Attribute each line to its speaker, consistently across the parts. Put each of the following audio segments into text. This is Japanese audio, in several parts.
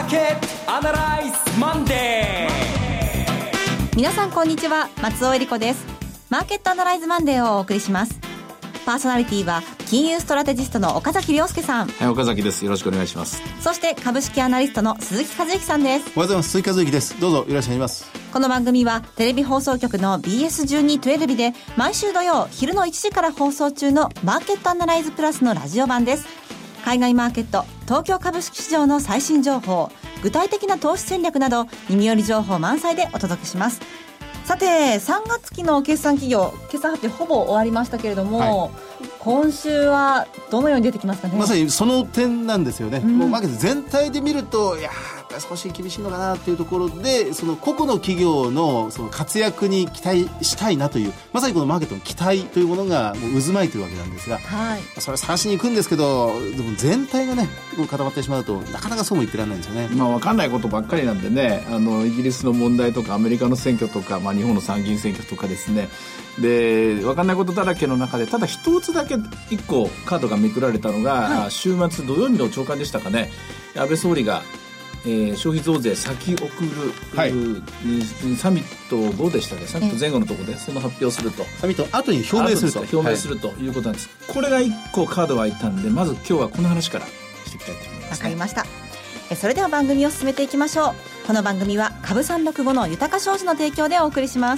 Speaker 1: ケットアナライズマンデー。
Speaker 2: 皆さんこんにちは、松尾恵理子です。マーケットアナライズマンデーをお送りします。パーソナリティは金融ストラテジストの岡崎亮介さん。
Speaker 3: はい、岡崎です。よろしくお願いします。
Speaker 2: そして株式アナリストの鈴木和之さんです。
Speaker 4: おはようございます。鈴木和之です。どうぞよろしくお願いします。
Speaker 2: この番組はテレビ放送局の BS1212 で毎週土曜昼の1時から放送中のマーケットアナライズプラスのラジオ版です。海外マーケット、東京株式市場の最新情報、具体的な投資戦略など耳寄り情報満載でお届けします。さて、3月期の決算企業決算発表ほぼ終わりましたけれども、今週はどのように出てきますかね。
Speaker 4: まさにその点なんですよね、もうマーケット全体で見ると少し厳しいのかなというところで、その個々の企業のその活躍に期待したいなという、まさにこのマーケットの期待というものがもう渦巻いているわけなんですが、それを探しに行くんですけど、でも全体がね固まってしまうとなかなかそうも言ってられないんですよね。
Speaker 3: 分かんないことばっかりなんでね、イギリスの問題とかアメリカの選挙とか、日本の参議院選挙とかですね、で分かんないことだらけの中で、ただ一つだけ1個カードがめくられたのが、週末土曜日の朝刊でしたかね。安倍総理が消費増税先送る、サミット後でしたね。サミット前後のところでその発表すると、
Speaker 4: サミット後に表明すると、
Speaker 3: 表明するということなんです。これが1個カードが開いたんで、まず今日はこの話からしていきたいと思います。
Speaker 2: わかりました。それでは番組を進めていきましょう。この番組は株365の豊か商事の提供でお送りします。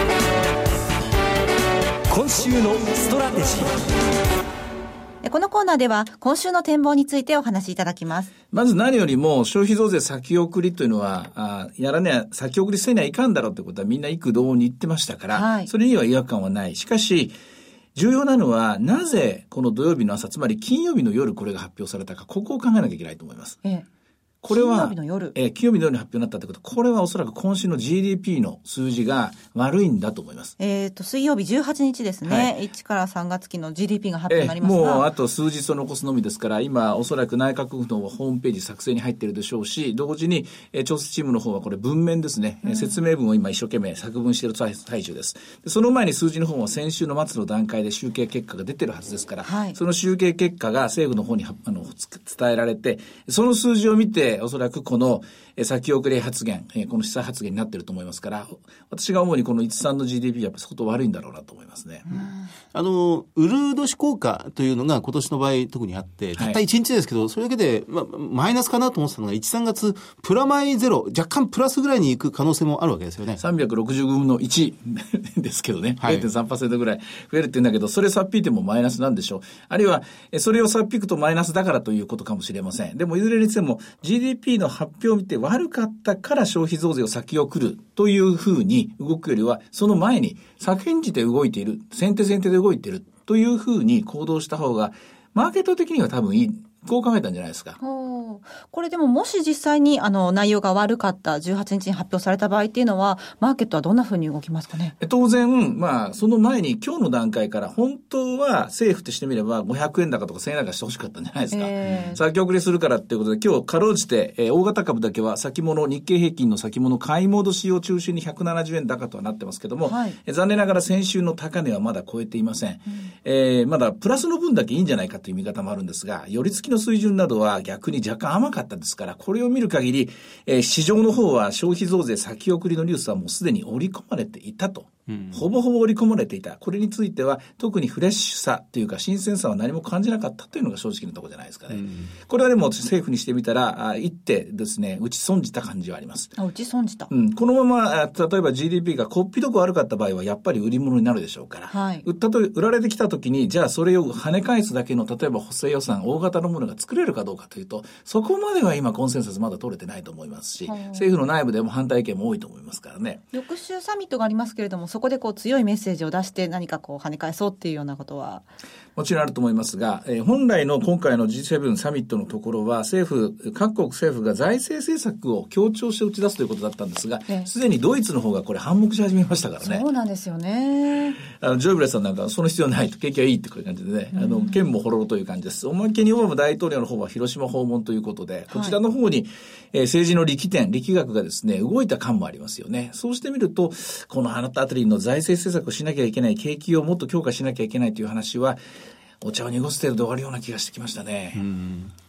Speaker 1: 今週のストラテジー。
Speaker 2: このコーナーでは今週の展望についてお話しいただきます。
Speaker 3: まず何よりも消費増税先送りというのは先送りせにはいかんだろうということはみんな幾度に言ってましたから、それには違和感はない。しかし重要なのは、なぜこの土曜日の朝、つまり金曜日の夜これが発表されたか、ここを考えなきゃいけないと思います。これは金曜日の夜に発表になったということ、これはおそらく今週の GDP の数字が悪いんだと思います。
Speaker 2: 水曜日18日ですね、1から3月期の GDP が発表になりますが、
Speaker 3: もうあと数日を残すのみですから、今おそらく内閣府のホームページ作成に入っているでしょうし、同時に調査チームの方はこれ文面ですね、説明文を今一生懸命作文している最中です。でその前に数字の方は先週の末の段階で集計結果が出てるはずですから、その集計結果が政府の方に伝えられて、その数字を見ておそらくこの先送り発言、この示唆発言になっていると思いますから、私が思うにこの13の GDP はやっぱり相当悪いんだろうなと思いますね。
Speaker 4: ウルー年効果というのが今年の場合特にあって、たった1日ですけど、それだけで、マイナスかなと思ってたのが1、3月プラマイゼロ、若干プラスぐらいに行く可能性もあるわけですよね。
Speaker 3: 365分の1ですけどね、0.3% ぐらい増えるって言うんだけど、それさっぴいてもマイナスなんでしょう。あるいはそれをさっぴくとマイナスだからということかもしれません。でもいずれにしても GDP の発表を見て悪かったから消費増税を先送るというふうに動くよりは、その前に先んじて動いている、先手で動いているというふうに行動した方がマーケット的には多分いい、こう考えたんじゃないですか。
Speaker 2: これでももし実際に内容が悪かった18日に発表された場合っていうのは、マーケットはどんなふうに動きますかね。
Speaker 3: 当然、その前に今日の段階から本当は政府としてみれば500円高とか1000円高してほしかったんじゃないですか。先送りするからっていうことで、今日かろうじて、大型株だけは先物、日経平均の先物買い戻しを中心に170円高とはなってますけども、残念ながら先週の高値はまだ超えていません。まだプラスの分だけいいんじゃないかという見方もあるんですが、寄り付きの水準などは逆に若干甘かったですから、これを見る限り、市場の方は消費増税先送りのニュースはもうすでに織り込まれていたと、ほぼほぼ織り込まれていた。これについては特にフレッシュさというか新鮮さは何も感じなかったというのが正直なところじゃないですかね。これはでも政府にしてみたら一手ですね、打ち損じた感じはあります。
Speaker 2: 打ち損じた、
Speaker 3: このまま例えば GDP がこっぴどく悪かった場合はやっぱり売り物になるでしょうから、売られてきた時にじゃあそれを跳ね返すだけの例えば補正予算大型のものが作れるかどうかというと、そこまでは今コンセンサスまだ取れてないと思いますし、政府の内部でも反対意見も多いと思いますからね。
Speaker 2: 翌週サミットがありますけれども、そこで強いメッセージを出して何か跳ね返そうっていうようなことは
Speaker 3: もちろんあると思いますが、本来の今回の G7 サミットのところは各国政府が財政政策を強調して打ち出すということだったんですが、すでにドイツの方がこれ反目し始めましたからね。
Speaker 2: そうなんですよね。
Speaker 3: ジョイブレスさんなんかその必要ないと、景気はいいってこういう感じでね、剣もほろろという感じです。おまけにオバマ大統領の方は広島訪問ということで、こちらの方に、政治の力学がですね動いた感もありますよね。そうしてみると、このあなたあたりの財政政策をしなきゃいけない、景気をもっと強化しなきゃいけないという話はお茶を濁す程度で終わるような気がしてきましたね。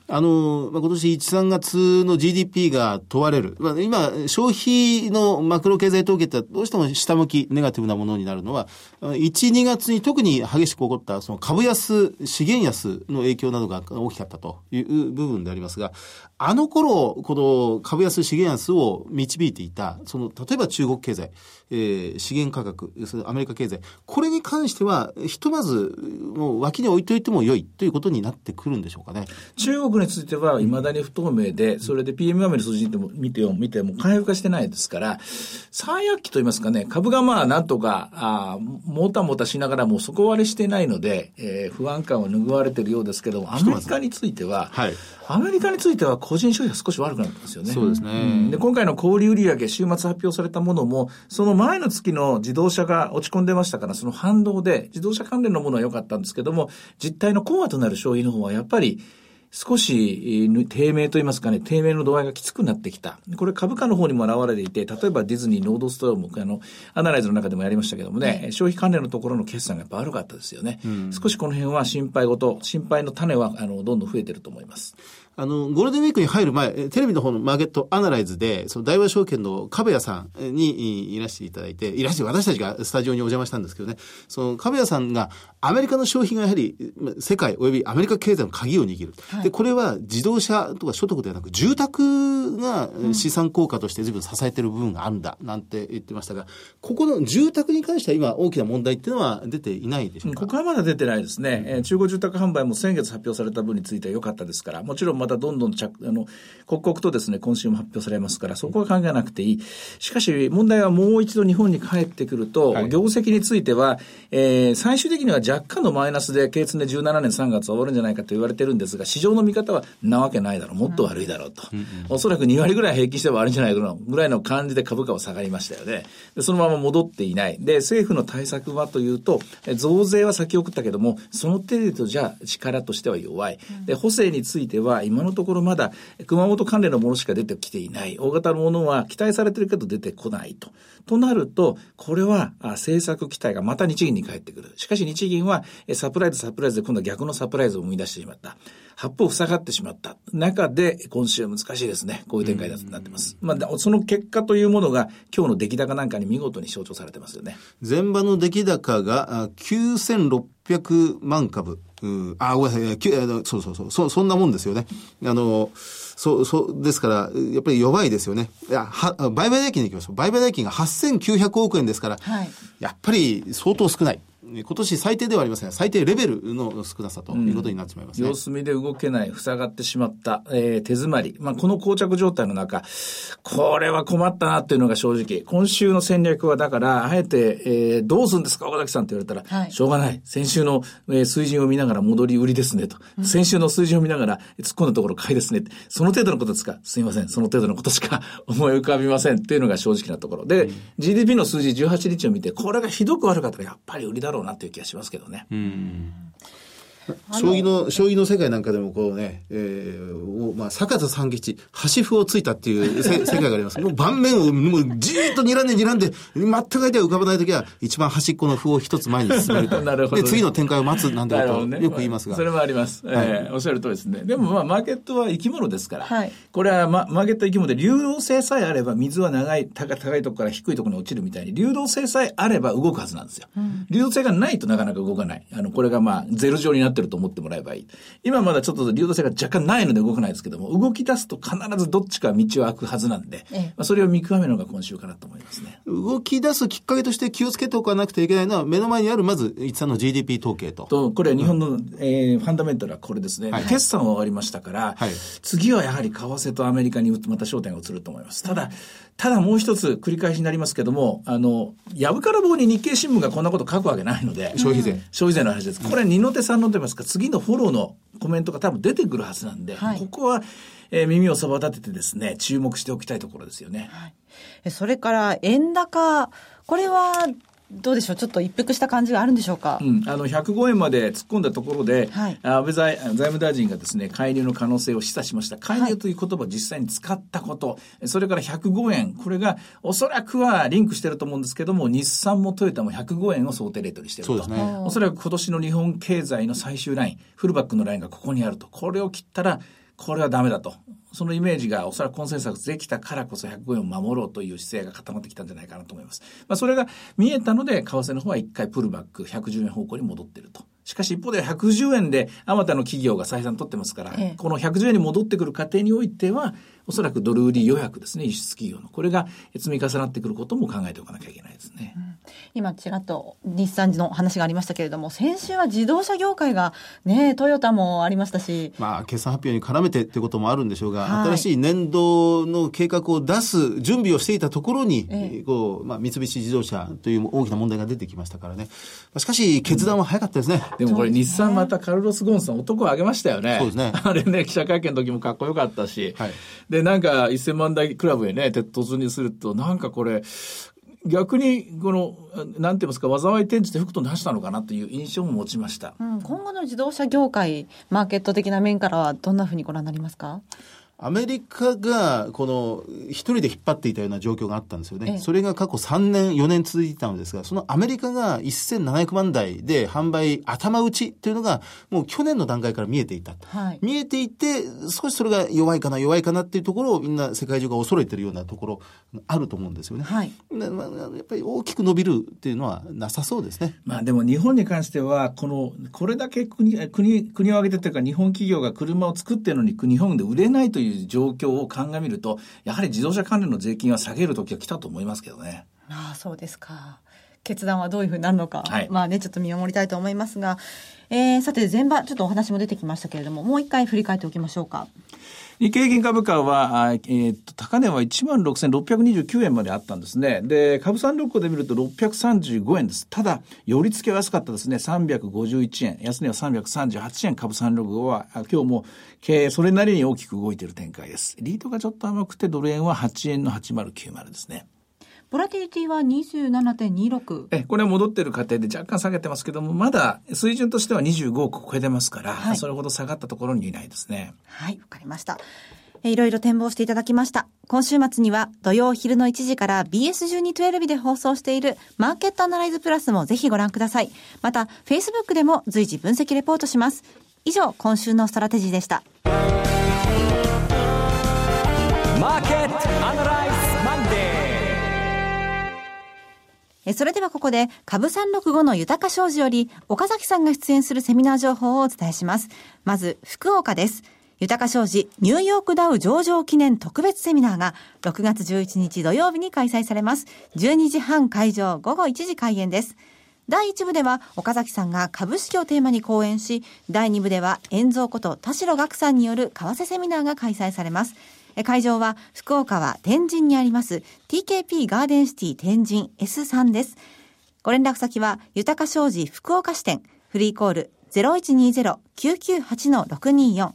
Speaker 4: 今年1、3月の GDP が問われる。今、消費のマクロ経済統計ってどうしても下向き、ネガティブなものになるのは、1、2月に特に激しく起こったその株安、資源安の影響などが大きかったという部分でありますが、あの頃、この株安、資源安を導いていた、例えば中国経済、資源価格、アメリカ経済、これに関しては、ひとまず、もう脇に置いといても良いということになってくるんでしょうかね。
Speaker 3: 中国については未だに不透明で、それで PMI の数字見ても回復化してないですから、最悪期といいますかね、株がなんとか、もたもたしながらも底割れしてないので、不安感を拭われているようですけども、アメリカについては、個人消費が少し悪くなってますよね。
Speaker 4: そうですね。
Speaker 3: で、今回の小売売上、週末発表されたものも、その前の月の自動車が落ち込んでましたから、その反動で自動車関連のものは良かったんですけども、実態のコアとなる消費の方はやっぱり少し低迷といいますかね、低迷の度合いがきつくなってきた。これ株価の方にも現れていて、例えばディズニー、ノードストーム、アナライズの中でもやりましたけどもね、消費関連のところの決算がやっぱ悪かったですよね。少しこの辺は心配の種はどんどん増えてると思います。
Speaker 4: ゴールデンウィークに入る前、テレビの方のマーケットアナライズで、大和証券の株谷さんにいらしていただいて、私たちがスタジオにお邪魔したんですけどね、株谷さんがアメリカの消費がやはり世界及びアメリカ経済の鍵を握る。はい、で、これは自動車とか所得ではなく、住宅が資産効果として随分支えている部分があるんだ、なんて言ってましたが、ここの住宅に関しては今大きな問題っていうのは出ていないでしょうか。
Speaker 3: ここはまだ出てないですね。中古住宅販売も先月発表された分については良かったですから、もちろんまたどんどん刻々とですね、今週も発表されますから、そこは考えなくていい。しかし、問題はもう一度日本に帰ってくると、はい、業績については、最終的には若干のマイナスで、経常で17年3月は終わるんじゃないかと言われてるんですが、市場の見方はなわけないだろう、もっと悪いだろうと。おそらく2割ぐらい平均しては悪いんじゃないかぐらいの感じで株価は下がりましたよね。で、そのまま戻っていない。で、政府の対策はというと、増税は先送ったけども、その程度じゃ力としては弱い。で、補正については、今のところまだ熊本関連のものしか出てきていない。大型のものは期待されてるけど出てこないと。となると、これは政策期待がまた日銀に返ってくる。しかし日銀はサプライズで今度は逆のサプライズを生み出してしまった。八方塞がってしまった中で今週は難しいですね。こういう展開になってます。その結果というものが今日の出来高なんかに見事に象徴されてますよね。
Speaker 4: 前場の出来高が9600万株。ごめんなさい。そんなもんですよね。ですから、やっぱり弱いですよね。売買代金でいきましょう。売買代金が8900億円ですから、はい、やっぱり相当少ない。今年最低ではありませんが、最低レベルの少なさということになってしまいますね。
Speaker 3: 様子見で動けない、塞がってしまった、手詰まり。この膠着状態の中、これは困ったなっていうのが正直。今週の戦略はだから、あえて、どうするんですか岡崎さんって言われたら、はい、しょうがない。先週の、水準を見ながら戻り売りですねと。先週の水準を見ながら突っ込んだところ買いですねって。その程度のことですか？すいません。その程度のことしか思い浮かびませんっていうのが正直なところ。で、GDP の数字18日を見て、これがひどく悪かったらやっぱり売りだろうなっていう気がしますけどね。
Speaker 4: 将棋の世界なんかでもこうね、坂田三吉、端歩をついたっていう世界があります。もう盤面をもうじーっと睨んで、全く相手が浮かばないときは、一番端っこの歩を一つ前に進めると。
Speaker 3: なるほど、ね。
Speaker 4: で、次の展開を待つなんてことをよく言いますが。
Speaker 3: それもあります。おっしゃる通りですね。でもマーケットは生き物ですから。
Speaker 2: はい、
Speaker 3: これはマーケットは生き物で、流動性さえあれば、水は高いところから低いところに落ちるみたいに、流動性さえあれば動くはずなんですよ。流動性がないとなかなか動かない。これがゼロ状になってると思ってもらえばいい。今まだちょっと流動性が若干ないので動かないですけども、動き出すと必ずどっちか道は開くはずなんで、それを見極めるのが今週かなと思いますね。
Speaker 4: 動き出すきっかけとして気をつけておかなくてはいけないのは、目の前にあるまず一産の GDP 統計と。
Speaker 3: これは日本の、ファンダメンタルはこれですね。はい、決算は終わりましたから、はい、次はやはり為替とアメリカにまた焦点が移ると思います。ただもう一つ繰り返しになりますけども、やぶから棒に日経新聞がこんなこと書くわけないので、消費税の話です。これ二の手三の手ますか、次のフォローのコメントが多分出てくるはずなんで、はい、ここは、耳をそば立ててですね、注目しておきたいところですよね。
Speaker 2: はい、それから円高、これはどうでしょう、ちょっと一服した感じがあるんでしょうか。
Speaker 3: 105円まで突っ込んだところで、
Speaker 2: はい、
Speaker 3: 安倍財務大臣がですね、介入の可能性を示唆しました。介入という言葉を実際に使ったこと、それから105円、これがおそらくはリンクしてると思うんですけども、日産もトヨタも105円を想定レートにしていると。
Speaker 4: そうですね。
Speaker 3: おそらく今年の日本経済の最終ライン、フルバックのラインがここにあると。これを切ったら、 これはダメだと。そのイメージがおそらくコンセンサスできたからこそ105円を守ろうという姿勢が固まってきたんじゃないかなと思います。それが見えたので、為替の方は一回プルバック110円方向に戻っていると。しかし一方で110円であまたの企業が採算取ってますから、この110円に戻ってくる過程においては、おそらくドル売り予約ですね、輸出企業の。これが積み重なってくることも考えておかなきゃいけないですね。
Speaker 2: 今ちらっと日産の話がありましたけれども、先週は自動車業界がね、トヨタもありましたし、
Speaker 4: 決算発表に絡めてってこともあるんでしょうが、新しい年度の計画を出す準備をしていたところに、三菱自動車という大きな問題が出てきましたからね。しかし決断は早かったですね。
Speaker 3: でもこれ日産またカルロス・ゴーンさん男を挙げましたよね。
Speaker 4: そうですね。
Speaker 3: あれね、記者会見の時もかっこよかったし、
Speaker 4: はい、
Speaker 3: でなんか1000万台クラブへね突入すると、なんかこれ逆にこのなんて言いますか、災い転じて福となしたのかなという印象も持ちました。
Speaker 2: 今後の自動車業界マーケット的な面からはどんなふうにご覧になりますか？
Speaker 4: アメリカがこの一人で引っ張っていたような状況があったんですよね。それが過去3年4年続いていたのですが、そのアメリカが1700万台で販売頭打ちというのがもう去年の段階から見えていた、見えていて、少しそれが弱いかなっていうところをみんな世界中が恐れているようなところあると思うんですよね。やっぱり大きく伸びるっていうのはなさそうですね。
Speaker 3: でも日本に関してはこれだけ国を挙げてというか、日本企業が車を作ってるのに日本で売れないという状況を鑑みると、やはり自動車関連の税金は下げる時が来たと思いますけどね。
Speaker 2: そうですか。決断はどういうふうになるのか、ちょっと見守りたいと思いますが、さて前場ちょっとお話も出てきましたけれども、もう一回振り返っておきましょうか。
Speaker 3: 日経平均株価は、高値は 16,629 円まであったんですね。で、株三六五で見ると635円です。ただ、寄り付きは安かったですね。351円。安値は338円。株三六五は、今日もそれなりに大きく動いている展開です。リードがちょっと甘くて、ドル円は8円の8090ですね。
Speaker 2: ボラティリティは 27.26。
Speaker 3: これは戻っている過程で若干下げてますけども、まだ水準としては25億超えてますから、それほど下がったところにいないですね。
Speaker 2: はい、わかりました。いろいろ展望していただきました。今週末には土曜昼の1時から BS1212 で放送しているマーケットアナライズプラスもぜひご覧ください。また Facebook でも随時分析レポートします。以上、今週のストラテジーでした。
Speaker 1: マーケットアナライズマンデー。
Speaker 2: それではここで株365の豊か商事より岡崎さんが出演するセミナー情報をお伝えします。まず福岡です。豊か商事ニューヨークダウ上場記念特別セミナーが6月11日土曜日に開催されます。12時半会場、午後1時開演です。第1部では岡崎さんが株式をテーマに講演し、第2部では遠蔵こと田代岳さんによる為替セミナーが開催されます。会場は福岡は天神にあります TKP ガーデンシティ天神 S3 です。ご連絡先は豊か商事福岡支店、フリーコール 0120-998-624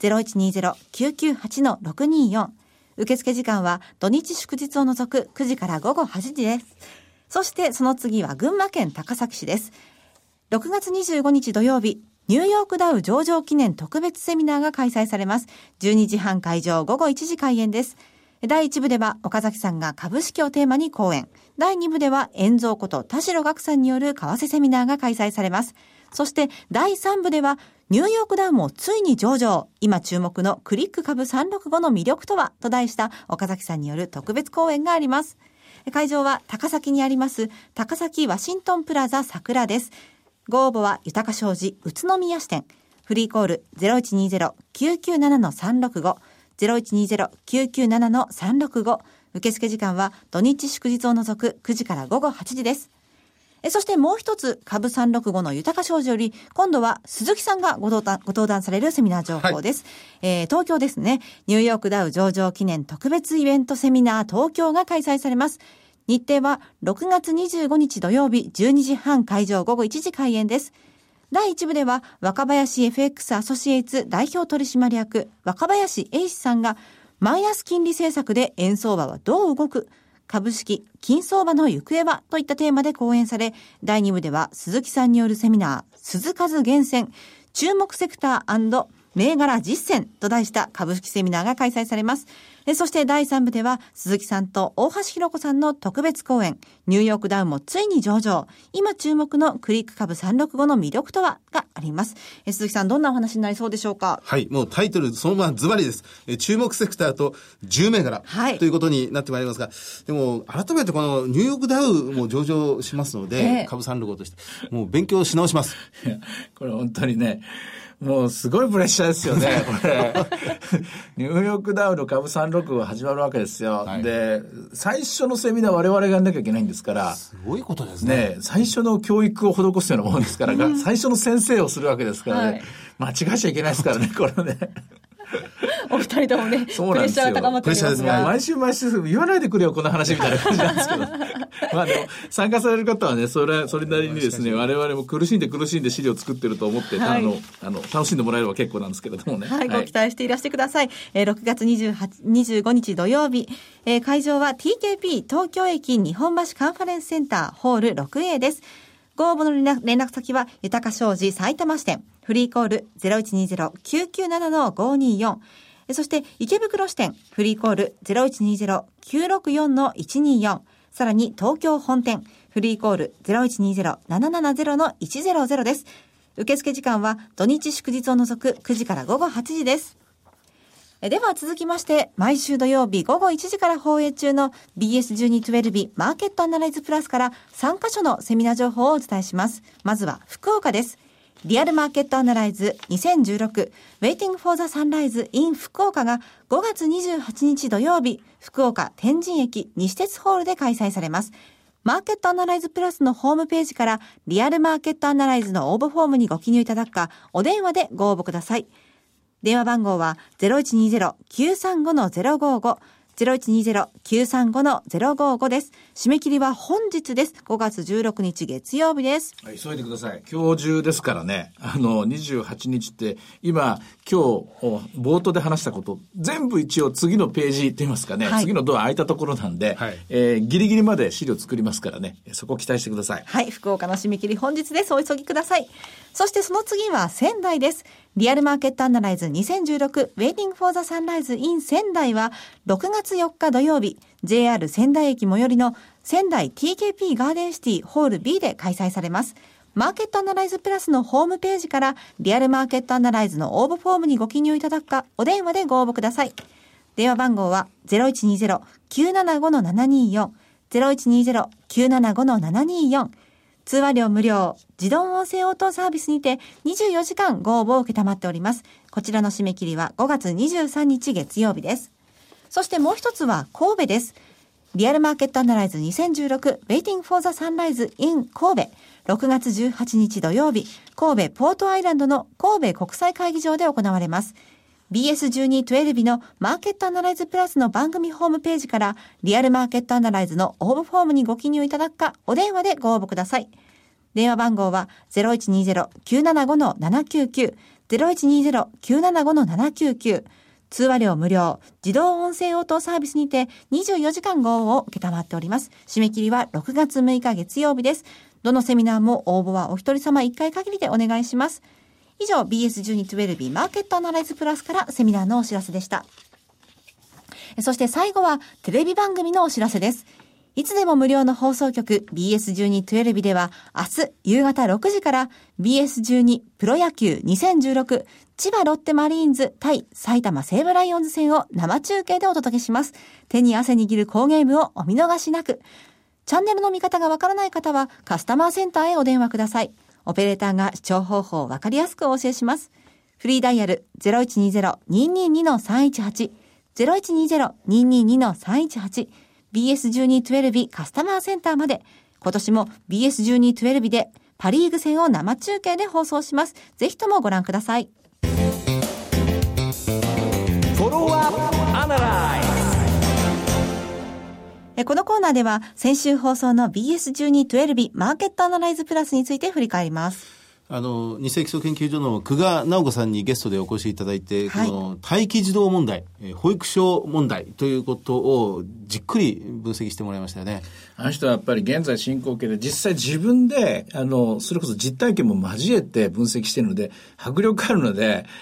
Speaker 2: 0120-998-624。受付時間は土日祝日を除く9時から午後8時です。そしてその次は群馬県高崎市です。6月25日土曜日、ニューヨークダウ上場記念特別セミナーが開催されます。12時半会場、午後1時開演です。第1部では岡崎さんが株式をテーマに講演。第2部では遠蔵こと田代岳さんによる為替セミナーが開催されます。そして第3部ではニューヨークダウもついに上場。今注目のクリック株365の魅力とはと題した岡崎さんによる特別講演があります。会場は高崎にあります高崎ワシントンプラザ桜です。ご応募は豊か商事宇都宮支店、フリーコール 0120-997-365 0120-997-365。受付時間は土日祝日を除く9時から午後8時です。そしてもう一つ、株365の豊か商事より今度は鈴木さんがご登壇されるセミナー情報です。東京ですね。ニューヨークダウ上場記念特別イベントセミナー東京が開催されます。日程は6月25日土曜日12時半会場、午後1時開演です。第1部では若林 FX アソシエイツ代表取締役若林英史さんがマイナス金利政策で円相場はどう動く、株式金相場の行方はといったテーマで講演され、第2部では鈴木さんによるセミナー鈴数厳選注目セクター& 銘柄実践と題した株式セミナーが開催されます。そして第3部では鈴木さんと大橋ひろ子さんの特別講演、ニューヨークダウンもついに上場、今注目のクリック株365の魅力とはがあります。鈴木さん、どんなお話になりそうでしょうか？
Speaker 4: はい、もうタイトルそのままズバリです。注目セクターと10銘柄、はい、ということになってまいりますが、でも改めてこのニューヨークダウも上場しますので、株365としてもう勉強し直します。
Speaker 3: いや、これ本当にね、もうすごいプレッシャーですよね、これ。ニューヨークダウの株365が始まるわけですよ。はい、で、最初のセミナー我々がやんなきゃいけないんですから。
Speaker 4: すごいことですね。
Speaker 3: ね、最初の教育を施すようなものですから、最初の先生をするわけですからね。はい、間違えちゃいけないですからね、これね。
Speaker 2: お二人ともね、プレッシャーが高まっておりますが。
Speaker 3: 毎週言わないでくれよ、この話みたいな感じなんですけど。まあでも、参加される方はね、それなりにですね、我々も苦しんで資料を作ってると思って、はい、楽しんでもらえれば結構なんですけれどもね。
Speaker 2: はい、ご期待していらしてください。6月25日土曜日、会場は TKP 東京駅日本橋カンファレンスセンターホール 6A です。ご応募の連絡先は、豊商事埼玉支店、フリーコール 0120-997-524。そして、池袋支店、フリーコール 0120-964-124。さらに、東京本店、フリーコール 0120-770-100 です。受付時間は、土日祝日を除く9時から午後8時です。では続きまして、毎週土曜日午後1時から放映中の BS1212 マーケットアナライズプラスから3カ所のセミナー情報をお伝えします。まずは福岡です。リアルマーケットアナライズ2016 Waiting for the Sunrise in 福岡が5月28日土曜日、福岡天神駅西鉄ホールで開催されます。マーケットアナライズプラスのホームページからリアルマーケットアナライズの応募フォームにご記入いただくか、お電話でご応募ください。電話番号は 0120-935-055 0120-935-055 です。締め切りは本日です。5月16日月曜日です。
Speaker 3: 急いでください。今日中ですからね。28日って今日冒頭で話したこと全部一応次のページって言いますかね、はい、次のドア開いたところなんで、はい、ギリギリまで資料作りますからね、そこ期待してください。
Speaker 2: はい、福岡の締め切り本日です。お急ぎください。そしてその次は仙台です。リアルマーケットアナライズ2016 Waiting for the Sunrise in 仙台は6月4日土曜日 JR 仙台駅最寄りの仙台 TKP ガーデンシティホール B で開催されます。マーケットアナライズプラスのホームページからリアルマーケットアナライズの応募フォームにご記入いただくか、お電話でご応募ください。電話番号は 0120-975-724 0120-975-724。通話料無料、自動音声応答サービスにて24時間ご応募を受けたまっております。こちらの締め切りは5月23日月曜日です。そしてもう一つは神戸です。リアルマーケットアナライズ2016 Waiting for the Sunrise in 神戸6月18日土曜日、神戸ポートアイランドの神戸国際会議場で行われます。BS1212 のマーケットアナライズプラスの番組ホームページからリアルマーケットアナライズの応募フォームにご記入いただくか、お電話でご応募ください。電話番号は 0120-975-799 0120-975-799。通話料無料、自動音声応答サービスにて24時間ご応募を受けたまっております。締め切りは6月6日月曜日です。どのセミナーも応募はお一人様1回限りでお願いします。以上 BS1212 マーケットアナライズプラスからセミナーのお知らせでした。そして最後はテレビ番組のお知らせです。いつでも無料の放送局 BS1212 では明日夕方6時から BS12 プロ野球2016千葉ロッテマリーンズ対埼玉西武ライオンズ戦を生中継でお届けします。手に汗握る好ゲームをお見逃しなく。チャンネルの見方がわからない方はカスタマーセンターへお電話ください。オペレーターが視聴方法をわかりやすくお教えします。フリーダイヤル 0120-222-318 0120-222-318 BS1212 カスタマーセンターまで。今年も BS1212 でパリーグ戦を生中継で放送します。ぜひともご覧ください。このコーナーでは先週放送の BS1212 マーケットアナライズプラスについて振り返ります。
Speaker 4: 日清基礎研究所の久我直子さんにゲストでお越しいただいて、はい、この待機児童問題、保育所問題ということをじっくり分析してもらいましたよね。
Speaker 3: あの人はやっぱり現在進行形で実際自分でそれこそ実体験も交えて分析しているので迫力あるので、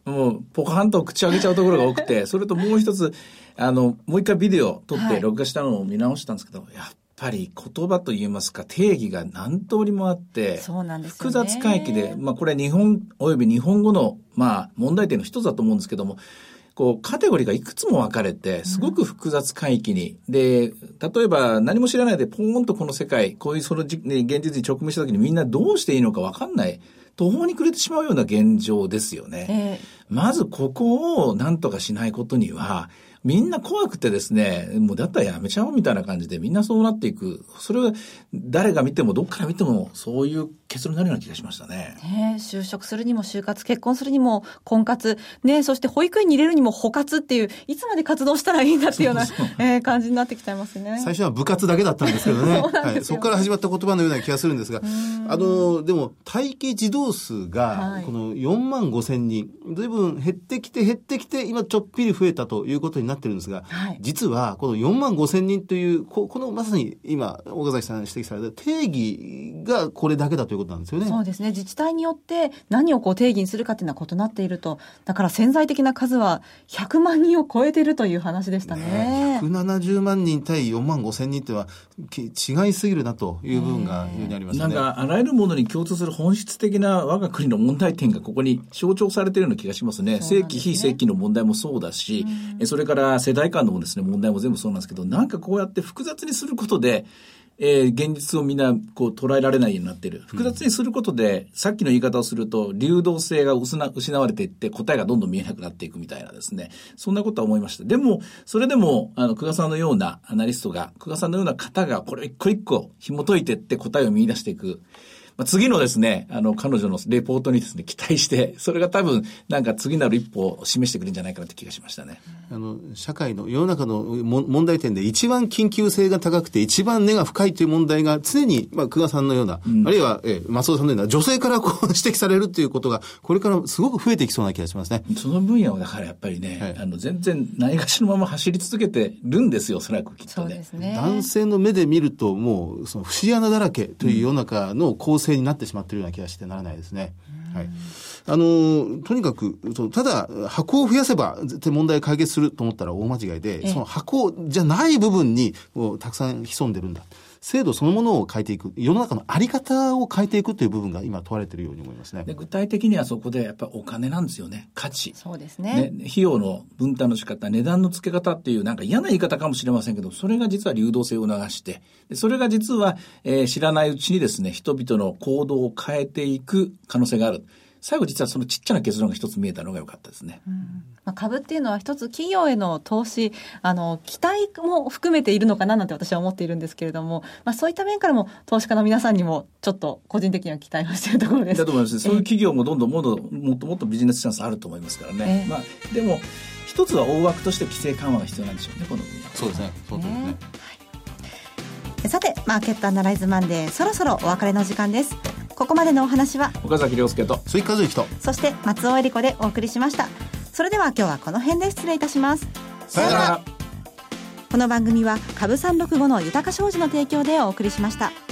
Speaker 3: もうポカンと口開けちゃうところが多くて、それともう一つ、もう一回ビデオを撮って録画したのを見直したんですけど、やっぱり言葉といいますか定義が何通りもあって、
Speaker 2: そうなんですよね、
Speaker 3: 複雑回帰で、これは日本および日本語の、問題点の一つだと思うんですけども、カテゴリーがいくつも分かれて、すごく複雑回帰に。で、例えば何も知らないでポーンとこの世界、こういう現実に直面した時にみんなどうしていいのか分かんない。途方に暮れてしまうような現状ですよね。まずここを何とかしないことには、みんな怖くてですね、もうだったらやめちゃおうみたいな感じでみんなそうなっていく。それは誰が見てもどっから見てもそういう結論になるような気がしましたね。
Speaker 2: 就職するにも就活、結婚するにも婚活、そして保育園に入れるにも保活っていう、いつまで活動したらいいんだっていうような感じになってきちゃいますね。
Speaker 4: 最初は部活だけだったんですけどね。そこから始まった言葉のような気がするんですが、でも待機児童数がこの4万5千人、ずいぶん減ってきて今ちょっぴり増えたということになってるんですが、実はこの4万5千人というこのまさに今岡崎さんが指摘された定義がこれだけだということなんですよね。
Speaker 2: そうですね。自治体によって何を定義にするかっていうのは異なっていると。だから潜在的な数は100万人を超えているという話でしたね。
Speaker 4: 170万人対4万5千人っては違いすぎるなという部分が非常にありますね。
Speaker 3: なんかあらゆるものに共通する本質的な我が国の問題点がここに象徴されているような気がしますね。正規非正規の問題もそうだし、それから世代間のですね問題も全部そうなんですけど、なんかこうやって複雑にすることで現実をみんな捉えられないようになっている。複雑にすることで、さっきの言い方をすると流動性が失われていって答えがどんどん見えなくなっていくみたいなですね、そんなことは思いました。でもそれでも久我さんのようなアナリストが、久我さんのような方がこれ一個一個紐解いていって答えを見出していく。次のですね、彼女のレポートにですね、期待して、それが多分、なんか次なる一歩を示してくれるんじゃないかなって気がしましたね。
Speaker 4: 社会の、世の中の問題点で一番緊急性が高くて、一番根が深いという問題が常に、久我さんのような、あるいは、松尾さんのような女性から指摘されるということが、これからすごく増えてきそうな気がしますね。
Speaker 3: その分野をだからやっぱりね、全然ないがしのまま走り続けてるんですよ、おそらくきっとね。
Speaker 2: そうですね。
Speaker 4: 男性の目で見ると、もう、その節穴だらけという世の中の構成になってしまっているような気がしてならないですね。とにかくただ箱を増やせば絶対問題解決すると思ったら大間違いで、その箱じゃない部分にたくさん潜んでるんだ。制度そのものを変えていく、世の中のあり方を変えていくという部分が今問われているように思いますね。
Speaker 3: で、具体的にはそこでやっぱりお金なんですよね。価値。
Speaker 2: そうですね。
Speaker 3: 費用の分担の仕方、値段の付け方っていうなんか嫌な言い方かもしれませんけど、それが実は流動性を促して、それが実は、知らないうちにですね、人々の行動を変えていく可能性がある。最後実はそのちっちゃな結論が一つ見えたのが良かったですね。
Speaker 2: 株っていうのは一つ企業への投資、期待も含めているのかななんて私は思っているんですけれども、そういった面からも投資家の皆さんにもちょっと個人的には期待をしているところです。
Speaker 3: だと思います。そういう企業もどんどんもっとビジネスチャンスあると思いますからね。でも一つは大枠として規制緩和が必要なんでしょうね、この分野。
Speaker 4: そうですね。そうですね。
Speaker 2: さて、マーケットアナライズマンデー、そろそろお別れの時間です。ここまでのお話は
Speaker 3: 岡崎亮介と
Speaker 4: 鈴木和之と、
Speaker 2: そして松尾恵理子でお送りしました。それでは今日はこの辺で失礼いたします。
Speaker 4: さよなら。
Speaker 2: この番組は株365の豊か商事の提供でお送りしました。